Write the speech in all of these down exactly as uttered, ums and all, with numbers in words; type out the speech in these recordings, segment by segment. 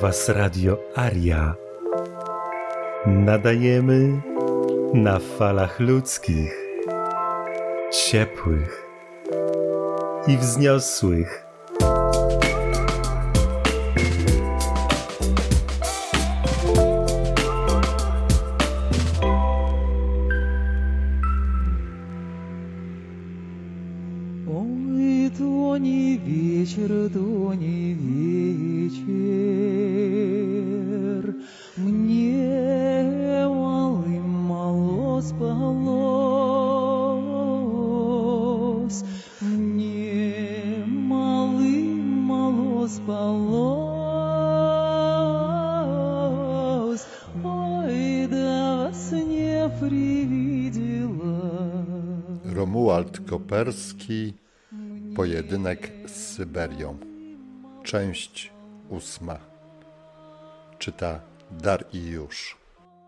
Was Radio Aria. Nadajemy na falach ludzkich, ciepłych i wzniosłych. Ой, то не вечер, то не вечер, мне малым-мало спалось, мне малым-мало спалось, ой, да во сне привидела. Romuald Koperski, Pojedynek z Syberią. Część ósma. Czyta Dariusz.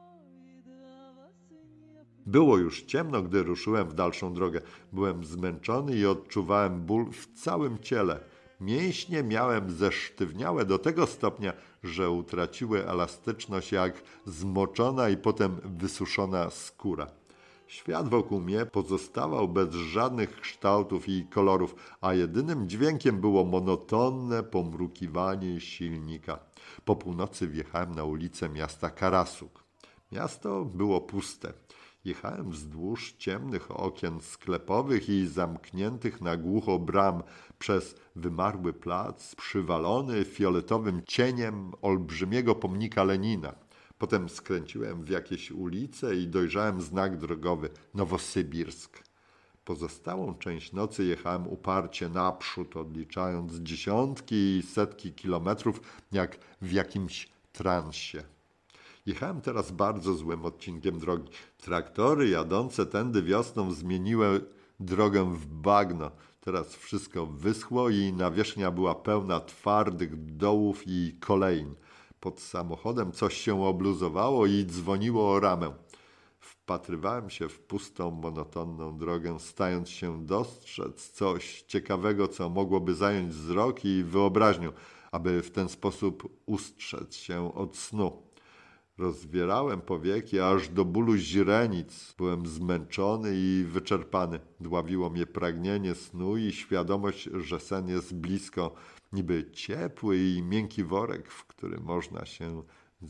Było już ciemno, gdy ruszyłem w dalszą drogę. Byłem zmęczony i odczuwałem ból w całym ciele. Mięśnie miałem zesztywniałe do tego stopnia, że utraciły elastyczność jak zmoczona i potem wysuszona skóra. Świat wokół mnie pozostawał bez żadnych kształtów i kolorów, a jedynym dźwiękiem było monotonne pomrukiwanie silnika. Po północy wjechałem na ulicę miasta Karasuk. Miasto było puste. Jechałem wzdłuż ciemnych okien sklepowych i zamkniętych na głucho bram przez wymarły plac przywalony fioletowym cieniem olbrzymiego pomnika Lenina. Potem skręciłem w jakieś ulice i dojrzałem znak drogowy Nowosybirsk. Pozostałą część nocy jechałem uparcie naprzód, odliczając dziesiątki i setki kilometrów jak w jakimś transie. Jechałem teraz bardzo złym odcinkiem drogi. Traktory jadące tędy wiosną zmieniły drogę w bagno. Teraz wszystko wyschło i nawierzchnia była pełna twardych dołów i kolejn. Pod samochodem coś się obluzowało i dzwoniło o ramę. Wpatrywałem się w pustą, monotonną drogę, stając się dostrzec coś ciekawego, co mogłoby zająć wzrok i wyobraźnię, aby w ten sposób ustrzec się od snu. Rozwierałem powieki aż do bólu źrenic. Byłem zmęczony i wyczerpany. Dławiło mnie pragnienie snu i świadomość, że sen jest blisko, niby ciepły i miękki worek, w który można się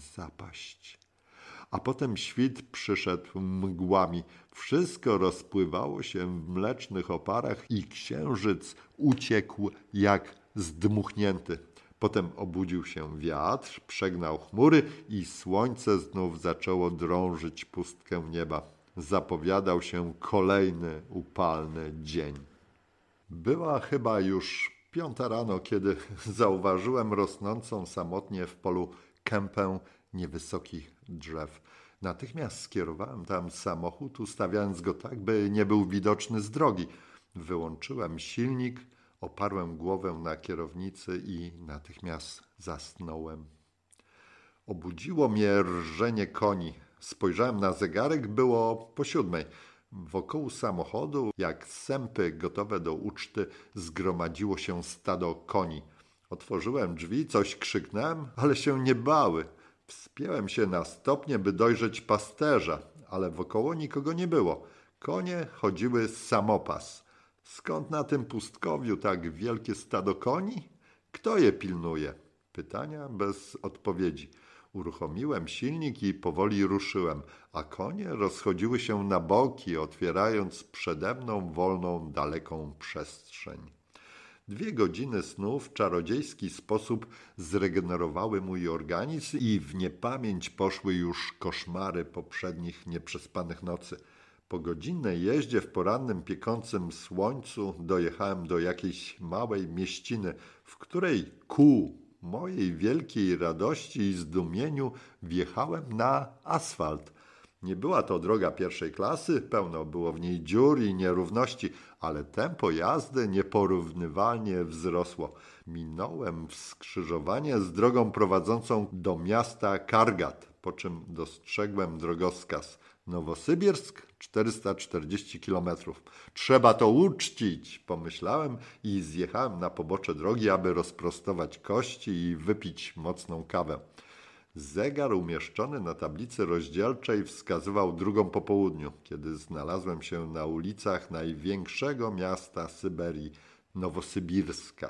zapaść. A potem świt przyszedł mgłami. Wszystko rozpływało się w mlecznych oparach i księżyc uciekł jak zdmuchnięty. Potem obudził się wiatr, przegnał chmury i słońce znów zaczęło drążyć pustkę nieba. Zapowiadał się kolejny upalny dzień. Była chyba już piąta rano, kiedy zauważyłem rosnącą samotnie w polu kępę niewysokich drzew. Natychmiast skierowałem tam samochód, ustawiając go tak, by nie był widoczny z drogi. Wyłączyłem silnik, oparłem głowę na kierownicy i natychmiast zasnąłem. Obudziło mnie rżenie koni. Spojrzałem na zegarek, było po siódmej. Wokół samochodu, jak sępy gotowe do uczty, zgromadziło się stado koni. Otworzyłem drzwi, coś krzyknąłem, ale się nie bały. Wspiąłem się na stopnie, by dojrzeć pasterza, ale wokoło nikogo nie było. Konie chodziły samopas. Skąd na tym pustkowiu tak wielkie stado koni? Kto je pilnuje? Pytania bez odpowiedzi. Uruchomiłem silnik i powoli ruszyłem, a konie rozchodziły się na boki, otwierając przede mną wolną, daleką przestrzeń. Dwie godziny snu w czarodziejski sposób zregenerowały mój organizm i w niepamięć poszły już koszmary poprzednich nieprzespanych nocy. Po godzinnej jeździe w porannym piekącym słońcu dojechałem do jakiejś małej mieściny, w której ku mojej wielkiej radości i zdumieniu wjechałem na asfalt. Nie była to droga pierwszej klasy, pełno było w niej dziur i nierówności, ale tempo jazdy nieporównywalnie wzrosło. Minąłem skrzyżowanie z drogą prowadzącą do miasta Kargat, po czym dostrzegłem drogowskaz. Nowosybirsk, czterysta czterdzieści kilometrów. Trzeba to uczcić, pomyślałem i zjechałem na pobocze drogi, aby rozprostować kości i wypić mocną kawę. Zegar umieszczony na tablicy rozdzielczej wskazywał drugą po południu, kiedy znalazłem się na ulicach największego miasta Syberii, Nowosybirska.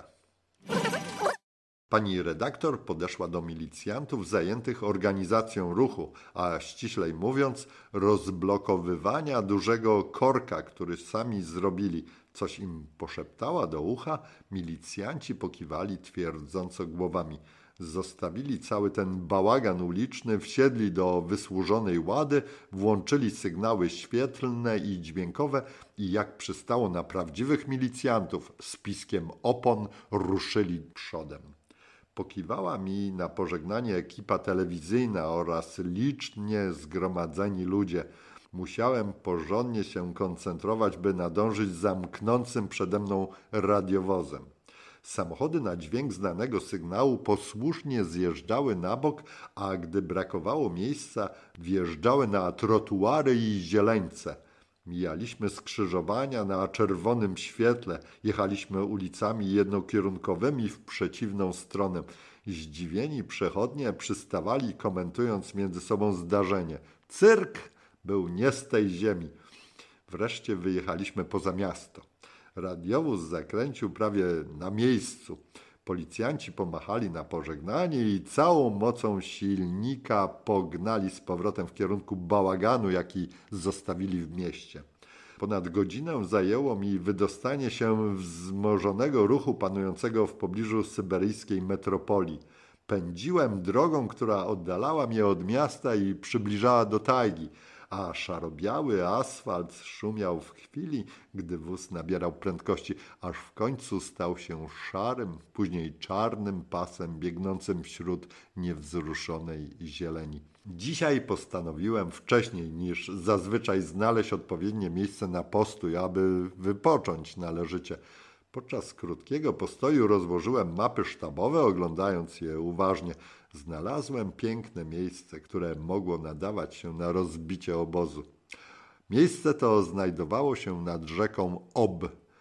Pani redaktor podeszła do milicjantów zajętych organizacją ruchu, a ściślej mówiąc rozblokowywania dużego korka, który sami zrobili. Coś im poszeptała do ucha, milicjanci pokiwali twierdząco głowami. Zostawili cały ten bałagan uliczny, wsiedli do wysłużonej łady, włączyli sygnały świetlne i dźwiękowe i jak przystało na prawdziwych milicjantów, z piskiem opon ruszyli przodem. Pokiwała mi na pożegnanie ekipa telewizyjna oraz licznie zgromadzeni ludzie. Musiałem porządnie się koncentrować, by nadążyć zamknącym przede mną radiowozem. Samochody na dźwięk znanego sygnału posłusznie zjeżdżały na bok, a gdy brakowało miejsca, wjeżdżały na trotuary i zieleńce. Mijaliśmy skrzyżowania na czerwonym świetle, jechaliśmy ulicami jednokierunkowymi w przeciwną stronę. Zdziwieni przechodnie przystawali, komentując między sobą zdarzenie. Cyrk był nie z tej ziemi. Wreszcie wyjechaliśmy poza miasto. Radiowóz zakręcił prawie na miejscu. Policjanci pomachali na pożegnanie i całą mocą silnika pognali z powrotem w kierunku bałaganu, jaki zostawili w mieście. Ponad godzinę zajęło mi wydostanie się wzmożonego ruchu panującego w pobliżu syberyjskiej metropolii. Pędziłem drogą, która oddalała mnie od miasta i przybliżała do tajgi, a szarobiały asfalt szumiał w chwili, gdy wóz nabierał prędkości, aż w końcu stał się szarym, później czarnym pasem biegnącym wśród niewzruszonej zieleni. Dzisiaj postanowiłem wcześniej niż zazwyczaj znaleźć odpowiednie miejsce na postój, aby wypocząć należycie. Podczas krótkiego postoju rozłożyłem mapy sztabowe, oglądając je uważnie. Znalazłem piękne miejsce, które mogło nadawać się na rozbicie obozu. Miejsce to znajdowało się nad rzeką Ob.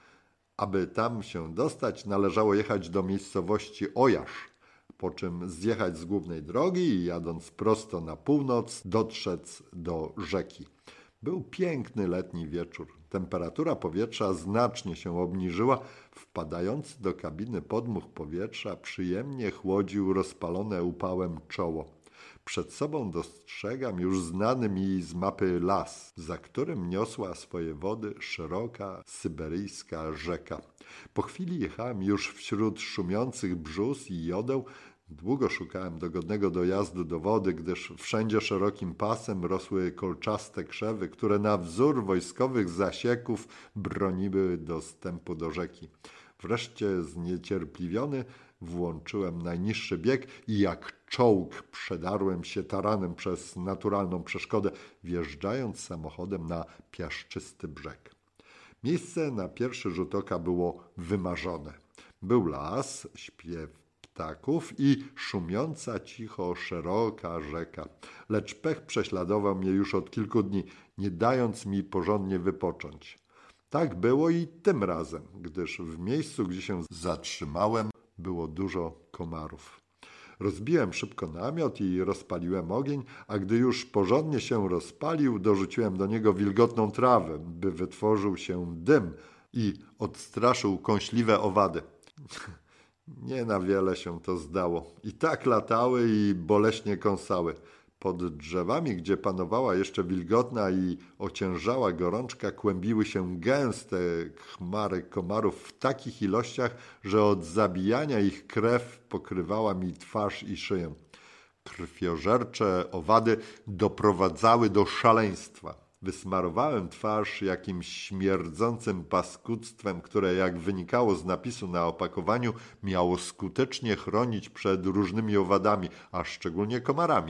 Aby tam się dostać, należało jechać do miejscowości Ojasz, po czym zjechać z głównej drogi i jadąc prosto na północ dotrzec do rzeki. Był piękny letni wieczór. Temperatura powietrza znacznie się obniżyła. Wpadający do kabiny podmuch powietrza przyjemnie chłodził rozpalone upałem czoło. Przed sobą dostrzegam już znany mi z mapy las, za którym niosła swoje wody szeroka syberyjska rzeka. Po chwili jechałem już wśród szumiących brzus i jodeł. Długo szukałem dogodnego dojazdu do wody, gdyż wszędzie szerokim pasem rosły kolczaste krzewy, które na wzór wojskowych zasieków broniły dostępu do rzeki. Wreszcie zniecierpliwiony włączyłem najniższy bieg i jak czołg przedarłem się taranem przez naturalną przeszkodę, wjeżdżając samochodem na piaszczysty brzeg. Miejsce na pierwszy rzut oka było wymarzone. Był las, śpiew ptaków i szumiąca cicho szeroka rzeka. Lecz pech prześladował mnie już od kilku dni, nie dając mi porządnie wypocząć. Tak było i tym razem, gdyż w miejscu, gdzie się zatrzymałem, było dużo komarów. Rozbiłem szybko namiot i rozpaliłem ogień, a gdy już porządnie się rozpalił, dorzuciłem do niego wilgotną trawę, by wytworzył się dym i odstraszył kąśliwe owady. Nie na wiele się to zdało. I tak latały i boleśnie kąsały. Pod drzewami, gdzie panowała jeszcze wilgotna i ociężała gorączka, kłębiły się gęste chmary komarów w takich ilościach, że od zabijania ich krew pokrywała mi twarz i szyję. Krwiożercze owady doprowadzały do szaleństwa. Wysmarowałem twarz jakimś śmierdzącym paskudztwem, które, jak wynikało z napisu na opakowaniu, miało skutecznie chronić przed różnymi owadami, a szczególnie komarami.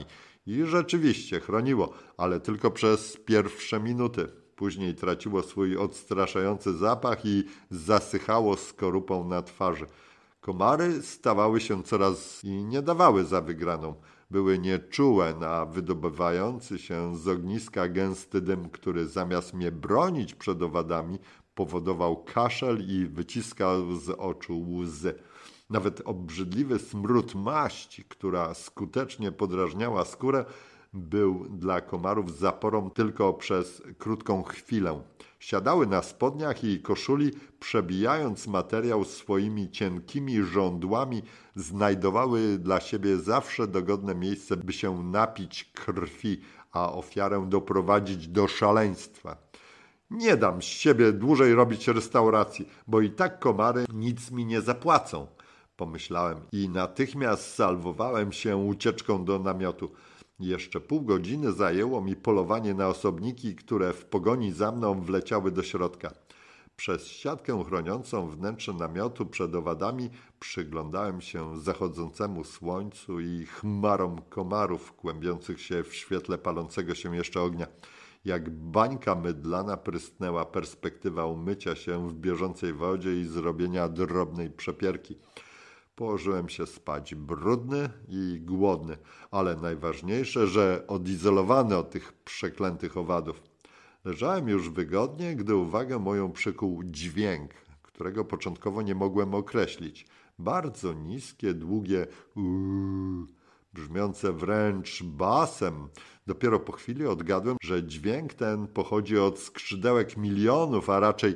I rzeczywiście chroniło, ale tylko przez pierwsze minuty. Później traciło swój odstraszający zapach i zasychało skorupą na twarzy. Komary stawały się coraz i nie dawały za wygraną. Były nieczułe na wydobywający się z ogniska gęsty dym, który zamiast mnie bronić przed owadami, powodował kaszel i wyciskał z oczu łzy. Nawet obrzydliwy smród maści, która skutecznie podrażniała skórę, był dla komarów zaporą tylko przez krótką chwilę. Siadały na spodniach i koszuli, przebijając materiał swoimi cienkimi żądłami, znajdowały dla siebie zawsze dogodne miejsce, by się napić krwi, a ofiarę doprowadzić do szaleństwa. Nie dam z siebie dłużej robić restauracji, bo i tak komary nic mi nie zapłacą, pomyślałem i natychmiast salwowałem się ucieczką do namiotu. Jeszcze pół godziny zajęło mi polowanie na osobniki, które w pogoni za mną wleciały do środka. Przez siatkę chroniącą wnętrze namiotu przed owadami przyglądałem się zachodzącemu słońcu i chmarom komarów kłębiących się w świetle palącego się jeszcze ognia. Jak bańka mydlana prysnęła perspektywa umycia się w bieżącej wodzie i zrobienia drobnej przepierki. Położyłem się spać brudny i głodny, ale najważniejsze, że odizolowany od tych przeklętych owadów. Leżałem już wygodnie, gdy uwagę moją przykuł dźwięk, którego początkowo nie mogłem określić. Bardzo niskie, długie uuu, brzmiące wręcz basem. Dopiero po chwili odgadłem, że dźwięk ten pochodzi od skrzydełek milionów, a raczej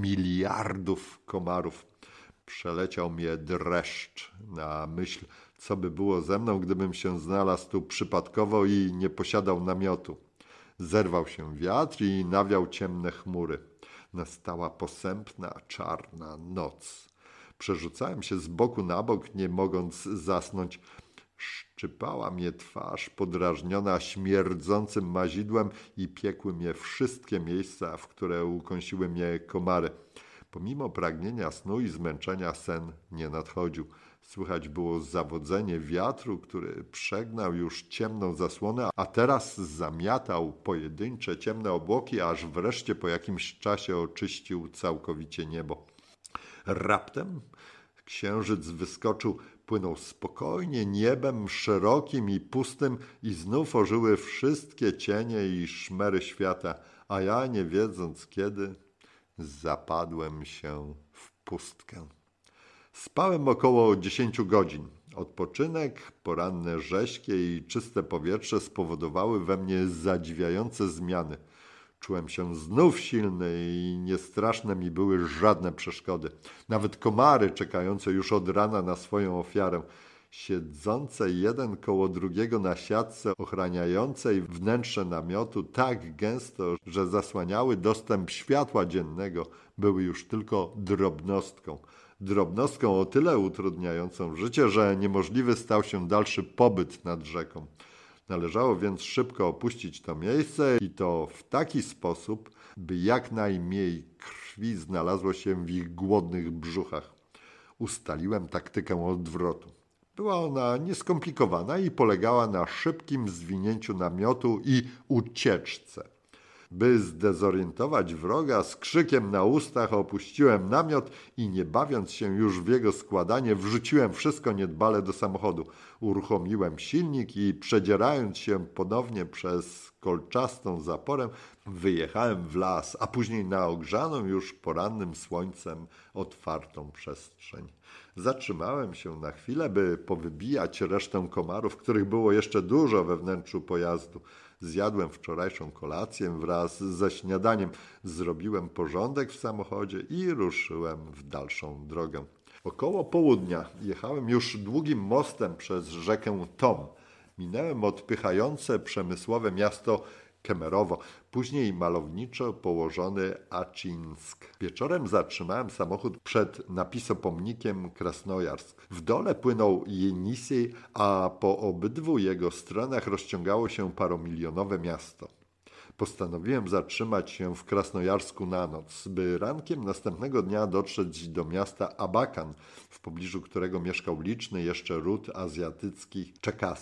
miliardów komarów. Przeleciał mnie dreszcz na myśl, co by było ze mną, gdybym się znalazł tu przypadkowo i nie posiadał namiotu. Zerwał się wiatr i nawiał ciemne chmury. Nastała posępna, czarna noc. Przerzucałem się z boku na bok, nie mogąc zasnąć. Szczypała mnie twarz, podrażniona śmierdzącym mazidłem i piekły mnie wszystkie miejsca, w które ukąsiły mnie komary. Pomimo pragnienia snu i zmęczenia sen nie nadchodził. Słychać było zawodzenie wiatru, który przegnał już ciemną zasłonę, a teraz zamiatał pojedyncze ciemne obłoki, aż wreszcie po jakimś czasie oczyścił całkowicie niebo. Raptem księżyc wyskoczył, płynął spokojnie niebem szerokim i pustym i znów ożyły wszystkie cienie i szmery świata, a ja, nie wiedząc kiedy, zapadłem się w pustkę. Spałem około dziesięciu godzin. Odpoczynek, poranne rześkie i czyste powietrze spowodowały we mnie zadziwiające zmiany. Czułem się znów silny i niestraszne mi były żadne przeszkody. Nawet komary czekające już od rana na swoją ofiarę, siedzące jeden koło drugiego na siatce ochraniającej wnętrze namiotu tak gęsto, że zasłaniały dostęp światła dziennego, były już tylko drobnostką. Drobnostką o tyle utrudniającą życie, że niemożliwy stał się dalszy pobyt nad rzeką. Należało więc szybko opuścić to miejsce i to w taki sposób, by jak najmniej krwi znalazło się w ich głodnych brzuchach. Ustaliłem taktykę odwrotu. Była ona nieskomplikowana i polegała na szybkim zwinięciu namiotu i ucieczce. By zdezorientować wroga, z krzykiem na ustach opuściłem namiot i nie bawiąc się już w jego składanie, wrzuciłem wszystko niedbale do samochodu. Uruchomiłem silnik i przedzierając się ponownie przez kolczastą zaporę, wyjechałem w las, a później na ogrzaną już porannym słońcem otwartą przestrzeń. Zatrzymałem się na chwilę, by powybijać resztę komarów, których było jeszcze dużo we wnętrzu pojazdu. Zjadłem wczorajszą kolację wraz ze śniadaniem, zrobiłem porządek w samochodzie i ruszyłem w dalszą drogę. Około południa jechałem już długim mostem przez rzekę Tom. Minąłem odpychające przemysłowe miasto Kemerowo, później malowniczo położony Aczynsk. Wieczorem zatrzymałem samochód przed napisopomnikiem Krasnojarsk. W dole płynął Jenisej, a po obydwu jego stronach rozciągało się paromilionowe miasto. Postanowiłem zatrzymać się w Krasnojarsku na noc, by rankiem następnego dnia dotrzeć do miasta Abakan, w pobliżu którego mieszkał liczny jeszcze ród azjatyckich Czekasi.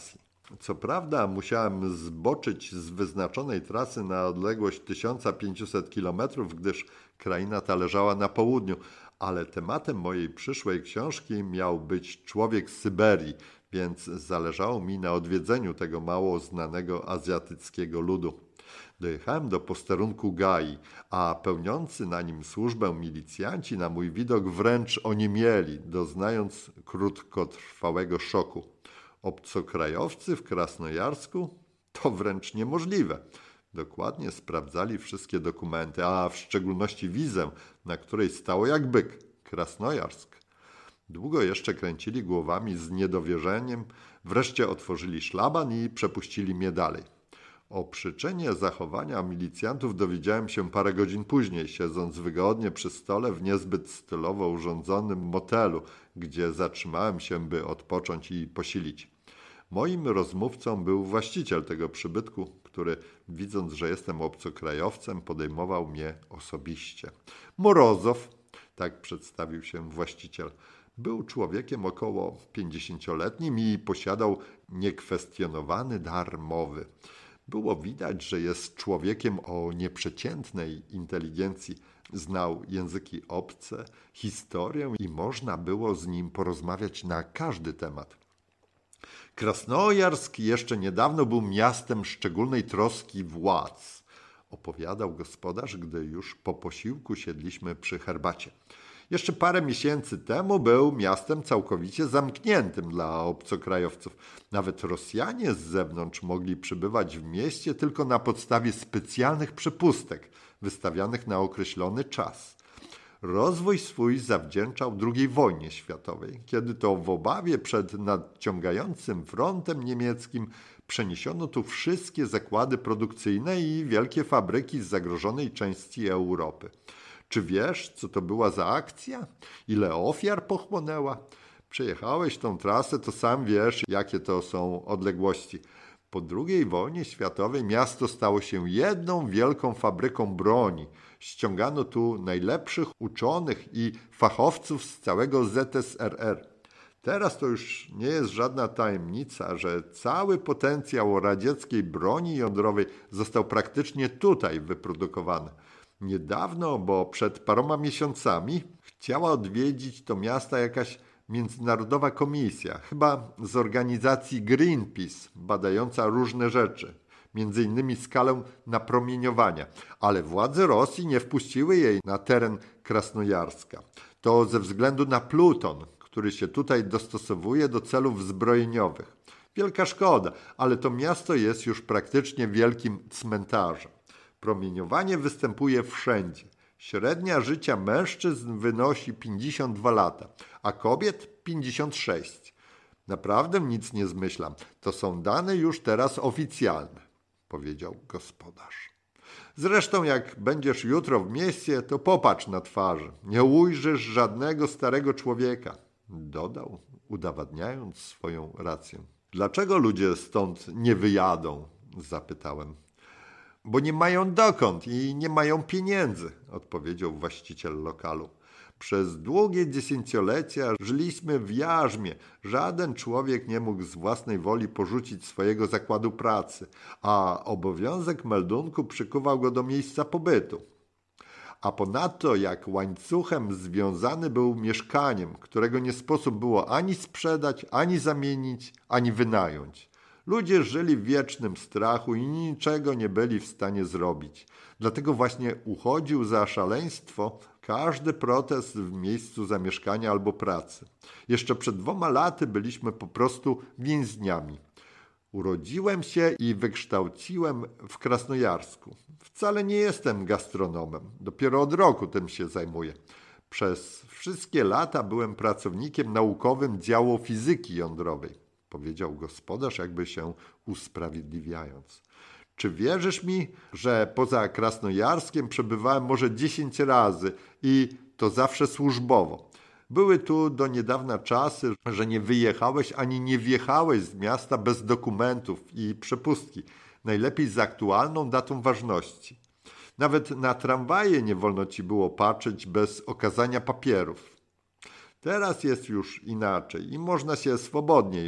Co prawda musiałem zboczyć z wyznaczonej trasy na odległość tysiąc pięćset kilometrów, gdyż kraina ta leżała na południu, ale tematem mojej przyszłej książki miał być człowiek z Syberii, więc zależało mi na odwiedzeniu tego mało znanego azjatyckiego ludu. Dojechałem do posterunku Gai, a pełniący na nim służbę milicjanci na mój widok wręcz oniemieli, doznając krótkotrwałego szoku. Obcokrajowcy w Krasnojarsku? To wręcz niemożliwe. Dokładnie sprawdzali wszystkie dokumenty, a w szczególności wizę, na której stało jak byk Krasnojarsk. Długo jeszcze kręcili głowami z niedowierzeniem, wreszcie otworzyli szlaban i przepuścili mnie dalej. O przyczynie zachowania milicjantów dowiedziałem się parę godzin później, siedząc wygodnie przy stole w niezbyt stylowo urządzonym motelu, gdzie zatrzymałem się, by odpocząć i posilić. Moim rozmówcą był właściciel tego przybytku, który, widząc, że jestem obcokrajowcem, podejmował mnie osobiście. Morozow, tak przedstawił się właściciel, był człowiekiem około pięćdziesięcioletnim i posiadał niekwestionowany dar mowy. Było widać, że jest człowiekiem o nieprzeciętnej inteligencji. Znał języki obce, historię i można było z nim porozmawiać na każdy temat. Krasnojarsk jeszcze niedawno był miastem szczególnej troski władz, opowiadał gospodarz, gdy już po posiłku siedliśmy przy herbacie. Jeszcze parę miesięcy temu był miastem całkowicie zamkniętym dla obcokrajowców. Nawet Rosjanie z zewnątrz mogli przybywać w mieście tylko na podstawie specjalnych przepustek wystawianych na określony czas. Rozwój swój zawdzięczał drugiej wojnie światowej, kiedy to w obawie przed nadciągającym frontem niemieckim przeniesiono tu wszystkie zakłady produkcyjne i wielkie fabryki z zagrożonej części Europy. Czy wiesz, co to była za akcja? Ile ofiar pochłonęła? Przejechałeś tą trasę, to sam wiesz, jakie to są odległości. Po drugiej wojnie światowej miasto stało się jedną wielką fabryką broni. Ściągano tu najlepszych uczonych i fachowców z całego Z S R R. Teraz to już nie jest żadna tajemnica, że cały potencjał radzieckiej broni jądrowej został praktycznie tutaj wyprodukowany. Niedawno, bo przed paroma miesiącami, chciała odwiedzić to miasto jakaś międzynarodowa komisja, chyba z organizacji Greenpeace, badająca różne rzeczy, między innymi skalę napromieniowania, ale władze Rosji nie wpuściły jej na teren Krasnojarska. To ze względu na pluton, który się tutaj dostosowuje do celów zbrojeniowych. Wielka szkoda, ale to miasto jest już praktycznie wielkim cmentarzem. Promieniowanie występuje wszędzie. Średnia życia mężczyzn wynosi pięćdziesiąt dwa lata, a kobiet pięćdziesiąt sześć. Naprawdę nic nie zmyślam. To są dane już teraz oficjalne, powiedział gospodarz. Zresztą jak będziesz jutro w mieście, to popatrz na twarzy. Nie ujrzysz żadnego starego człowieka, dodał, udowadniając swoją rację. Dlaczego ludzie stąd nie wyjadą? Zapytałem. Bo nie mają dokąd i nie mają pieniędzy, odpowiedział właściciel lokalu. Przez długie dziesięciolecia żyliśmy w jarzmie. Żaden człowiek nie mógł z własnej woli porzucić swojego zakładu pracy, a obowiązek meldunku przykuwał go do miejsca pobytu. A ponadto jak łańcuchem związany był mieszkaniem, którego nie sposób było ani sprzedać, ani zamienić, ani wynająć. Ludzie żyli w wiecznym strachu i niczego nie byli w stanie zrobić. Dlatego właśnie uchodził za szaleństwo każdy protest w miejscu zamieszkania albo pracy. Jeszcze przed dwoma laty byliśmy po prostu więźniami. Urodziłem się i wykształciłem w Krasnojarsku. Wcale nie jestem gastronomem. Dopiero od roku tym się zajmuję. Przez wszystkie lata byłem pracownikiem naukowym działu fizyki jądrowej, powiedział gospodarz, jakby się usprawiedliwiając. Czy wierzysz mi, że poza Krasnojarskiem przebywałem może dziesięć razy i to zawsze służbowo? Były tu do niedawna czasy, że nie wyjechałeś ani nie wjechałeś z miasta bez dokumentów i przepustki, najlepiej z aktualną datą ważności. Nawet na tramwaje nie wolno ci było patrzeć bez okazania papierów. Teraz jest już inaczej i można się swobodniej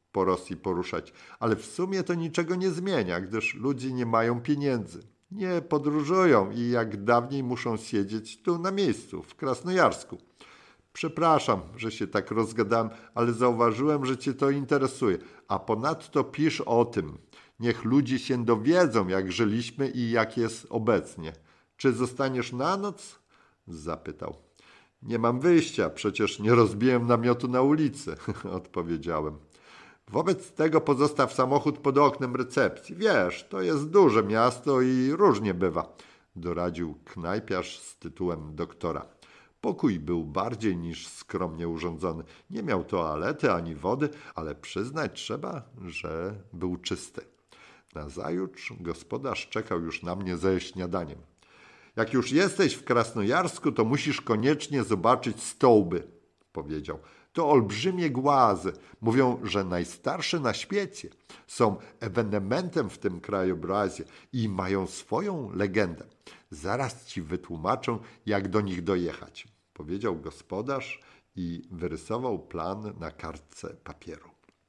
po Rosji poruszać, ale w sumie to niczego nie zmienia, gdyż ludzie nie mają pieniędzy. Nie podróżują i jak dawniej muszą siedzieć tu na miejscu, w Krasnojarsku. Przepraszam, że się tak rozgadałem, ale zauważyłem, że cię to interesuje. A ponadto pisz o tym. Niech ludzie się dowiedzą, jak żyliśmy i jak jest obecnie. Czy zostaniesz na noc? Zapytał. Nie mam wyjścia, przecież nie rozbiłem namiotu na ulicy, odpowiedziałem. Wobec tego pozostaw samochód pod oknem recepcji. Wiesz, to jest duże miasto i różnie bywa, doradził knajpiarz z tytułem doktora. Pokój był bardziej niż skromnie urządzony. Nie miał toalety ani wody, ale przyznać trzeba, że był czysty. Nazajutrz gospodarz czekał już na mnie ze śniadaniem. Jak już jesteś w Krasnojarsku, to musisz koniecznie zobaczyć stołby, powiedział. To olbrzymie głazy. Mówią, że najstarsze na świecie. Są ewenementem w tym krajobrazie i mają swoją legendę. Zaraz ci wytłumaczę, jak do nich dojechać, powiedział gospodarz i wyrysował plan na kartce papieru.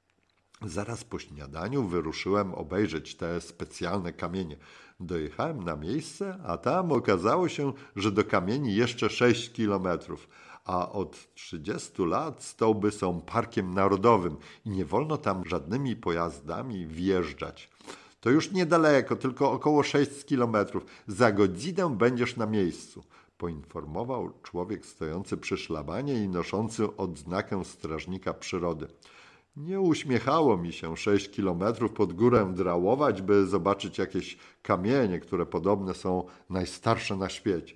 Zaraz po śniadaniu wyruszyłem obejrzeć te specjalne kamienie. Dojechałem na miejsce, a tam okazało się, że do kamieni jeszcze sześć kilometrów, a od trzydziestu lat stołby są parkiem narodowym i nie wolno tam żadnymi pojazdami wjeżdżać. To już niedaleko, tylko około sześć kilometrów. Za godzinę będziesz na miejscu, poinformował człowiek stojący przy szlabanie i noszący odznakę strażnika przyrody. Nie uśmiechało mi się sześć kilometrów pod górę drałować, by zobaczyć jakieś kamienie, które podobne są najstarsze na świecie.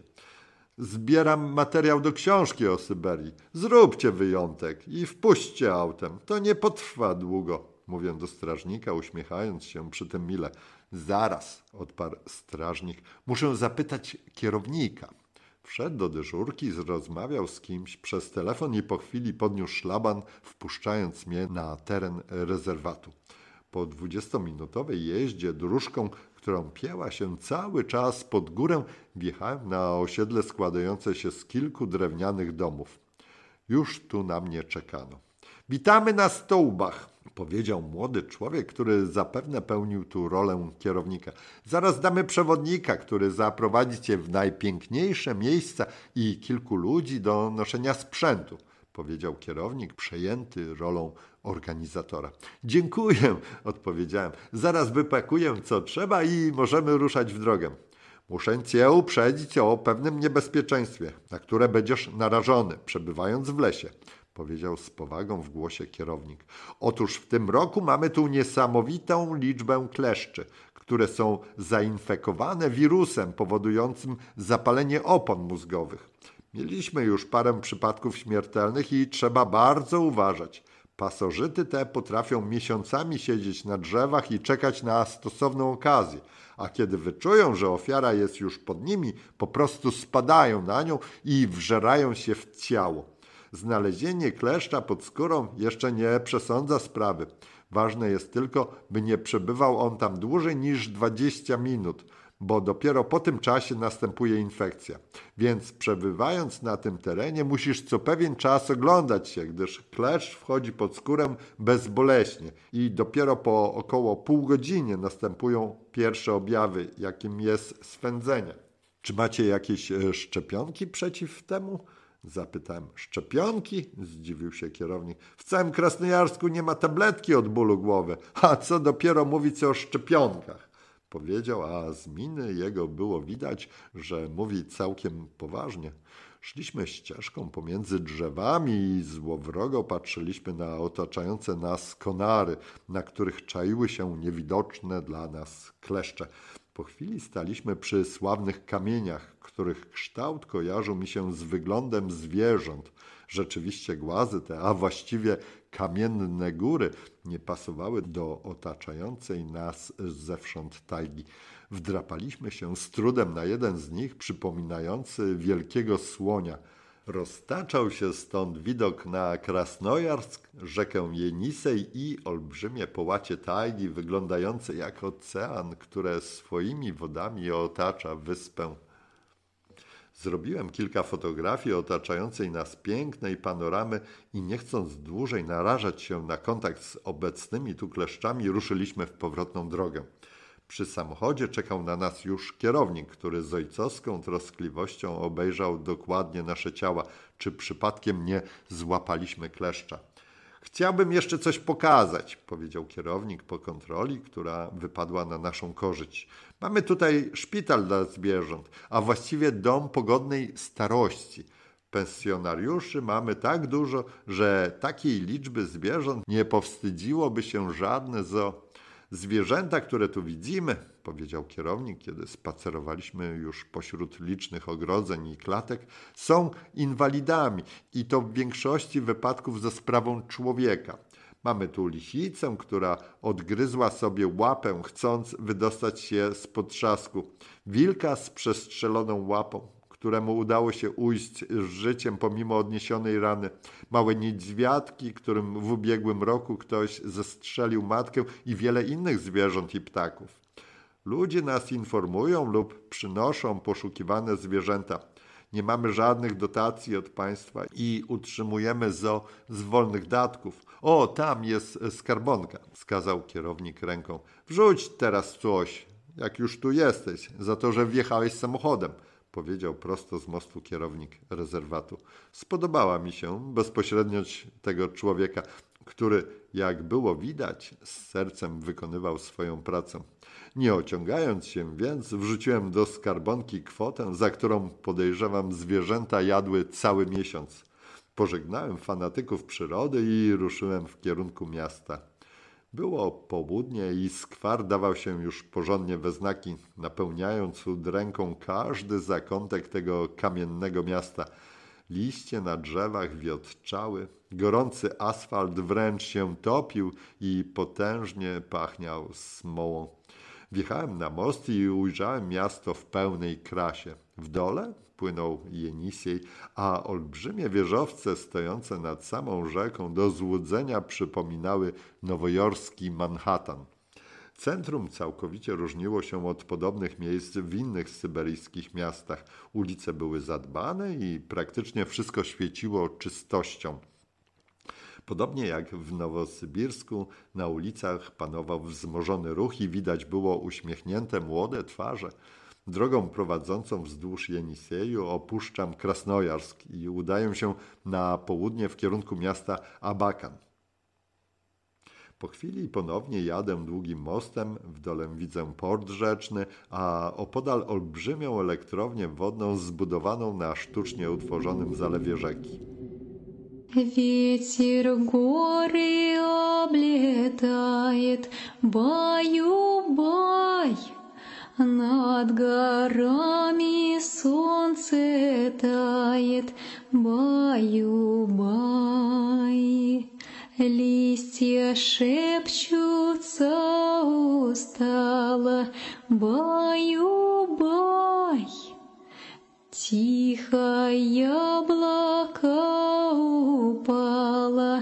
Zbieram materiał do książki o Syberii. Zróbcie wyjątek i wpuśćcie autem. To nie potrwa długo, mówię do strażnika, uśmiechając się przy tym mile. Zaraz, odparł strażnik, muszę zapytać kierownika. Wszedł do dyżurki, rozmawiał z kimś przez telefon i po chwili podniósł szlaban, wpuszczając mnie na teren rezerwatu. Po dwudziestominutowej jeździe dróżką, którą pięła się cały czas pod górę, wjechałem na osiedle składające się z kilku drewnianych domów. Już tu na mnie czekano. Witamy na stołbach, powiedział młody człowiek, który zapewne pełnił tu rolę kierownika. Zaraz damy przewodnika, który zaprowadzi cię w najpiękniejsze miejsca i kilku ludzi do noszenia sprzętu, powiedział kierownik, przejęty rolą organizatora. Dziękuję, odpowiedziałem. Zaraz wypakuję co trzeba i możemy ruszać w drogę. Muszę cię uprzedzić o pewnym niebezpieczeństwie, na które będziesz narażony, przebywając w lesie, powiedział z powagą w głosie kierownik. Otóż w tym roku mamy tu niesamowitą liczbę kleszczy, które są zainfekowane wirusem powodującym zapalenie opon mózgowych. Mieliśmy już parę przypadków śmiertelnych i trzeba bardzo uważać. Pasożyty te potrafią miesiącami siedzieć na drzewach i czekać na stosowną okazję, a kiedy wyczują, że ofiara jest już pod nimi, po prostu spadają na nią i wżerają się w ciało. Znalezienie kleszcza pod skórą jeszcze nie przesądza sprawy. Ważne jest tylko, by nie przebywał on tam dłużej niż dwadzieścia minut, bo dopiero po tym czasie następuje infekcja. Więc przebywając na tym terenie musisz co pewien czas oglądać się, gdyż kleszcz wchodzi pod skórę bezboleśnie i dopiero po około pół godzinie następują pierwsze objawy, jakim jest swędzenie. Czy macie jakieś szczepionki przeciw temu? Zapytałem. Szczepionki? Zdziwił się kierownik. W całym Krasnojarsku nie ma tabletki od bólu głowy. A co dopiero mówić o szczepionkach? Powiedział, a z miny jego było widać, że mówi całkiem poważnie. Szliśmy ścieżką pomiędzy drzewami i złowrogo patrzyliśmy na otaczające nas konary, na których czaiły się niewidoczne dla nas kleszcze. Po chwili staliśmy przy sławnych kamieniach, których kształt kojarzył mi się z wyglądem zwierząt. Rzeczywiście głazy te, a właściwie kamienne góry, nie pasowały do otaczającej nas zewsząd tajgi. Wdrapaliśmy się z trudem na jeden z nich, przypominający wielkiego słonia. Roztaczał się stąd widok na Krasnojarsk, rzekę Jenisej i olbrzymie połacie tajgi wyglądające jak ocean, które swoimi wodami otacza wyspę. Zrobiłem kilka fotografii otaczającej nas pięknej panoramy i nie chcąc dłużej narażać się na kontakt z obecnymi tu kleszczami, ruszyliśmy w powrotną drogę. Przy samochodzie czekał na nas już kierownik, który z ojcowską troskliwością obejrzał dokładnie nasze ciała, czy przypadkiem nie złapaliśmy kleszcza. Chciałbym jeszcze coś pokazać, powiedział kierownik po kontroli, która wypadła na naszą korzyść. Mamy tutaj szpital dla zwierząt, a właściwie dom pogodnej starości. Pensjonariuszy mamy tak dużo, że takiej liczby zwierząt nie powstydziłoby się żadne zoo. Zwierzęta, które tu widzimy, powiedział kierownik, kiedy spacerowaliśmy już pośród licznych ogrodzeń i klatek, są inwalidami i to w większości wypadków za sprawą człowieka. Mamy tu lisicę, która odgryzła sobie łapę, chcąc wydostać się z potrzasku, wilka z przestrzeloną łapą, któremu udało się ujść z życiem pomimo odniesionej rany, małe niedźwiadki, którym w ubiegłym roku ktoś zestrzelił matkę i wiele innych zwierząt i ptaków. Ludzie nas informują lub przynoszą poszukiwane zwierzęta. Nie mamy żadnych dotacji od państwa i utrzymujemy zoo z wolnych datków. O, tam jest skarbonka, wskazał kierownik ręką. Wrzuć teraz coś, jak już tu jesteś, za to, że wjechałeś samochodem, powiedział prosto z mostu kierownik rezerwatu. Spodobała mi się bezpośredniość tego człowieka, który, jak było widać, z sercem wykonywał swoją pracę. Nie ociągając się więc, wrzuciłem do skarbonki kwotę, za którą, podejrzewam, zwierzęta jadły cały miesiąc. Pożegnałem fanatyków przyrody i ruszyłem w kierunku miasta. Było południe i skwar dawał się już porządnie we znaki, napełniając udręką każdy zakątek tego kamiennego miasta. Liście na drzewach wiotczały, gorący asfalt wręcz się topił i potężnie pachniał smołą. Wjechałem na most i ujrzałem miasto w pełnej krasie. W dole płynął Jenisiej, a olbrzymie wieżowce stojące nad samą rzeką do złudzenia przypominały nowojorski Manhattan. Centrum całkowicie różniło się od podobnych miejsc w innych syberyjskich miastach. Ulice były zadbane i praktycznie wszystko świeciło czystością. Podobnie jak w Nowosybirsku, na ulicach panował wzmożony ruch i widać było uśmiechnięte młode twarze. Drogą prowadzącą wzdłuż Jenisieju opuszczam Krasnojarsk i udaję się na południe w kierunku miasta Abakan. Po chwili ponownie jadę długim mostem, w dole widzę port rzeczny, a opodal olbrzymią elektrownię wodną zbudowaną na sztucznie utworzonym zalewie rzeki. Ветер горы облетает, баю-бай, над горами солнце тает, баю-бай. Листья шепчутся устало, баю-бай. Тихо яблоко упало,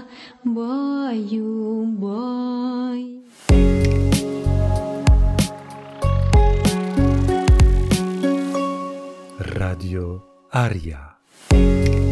баю-бай. Radio Aria.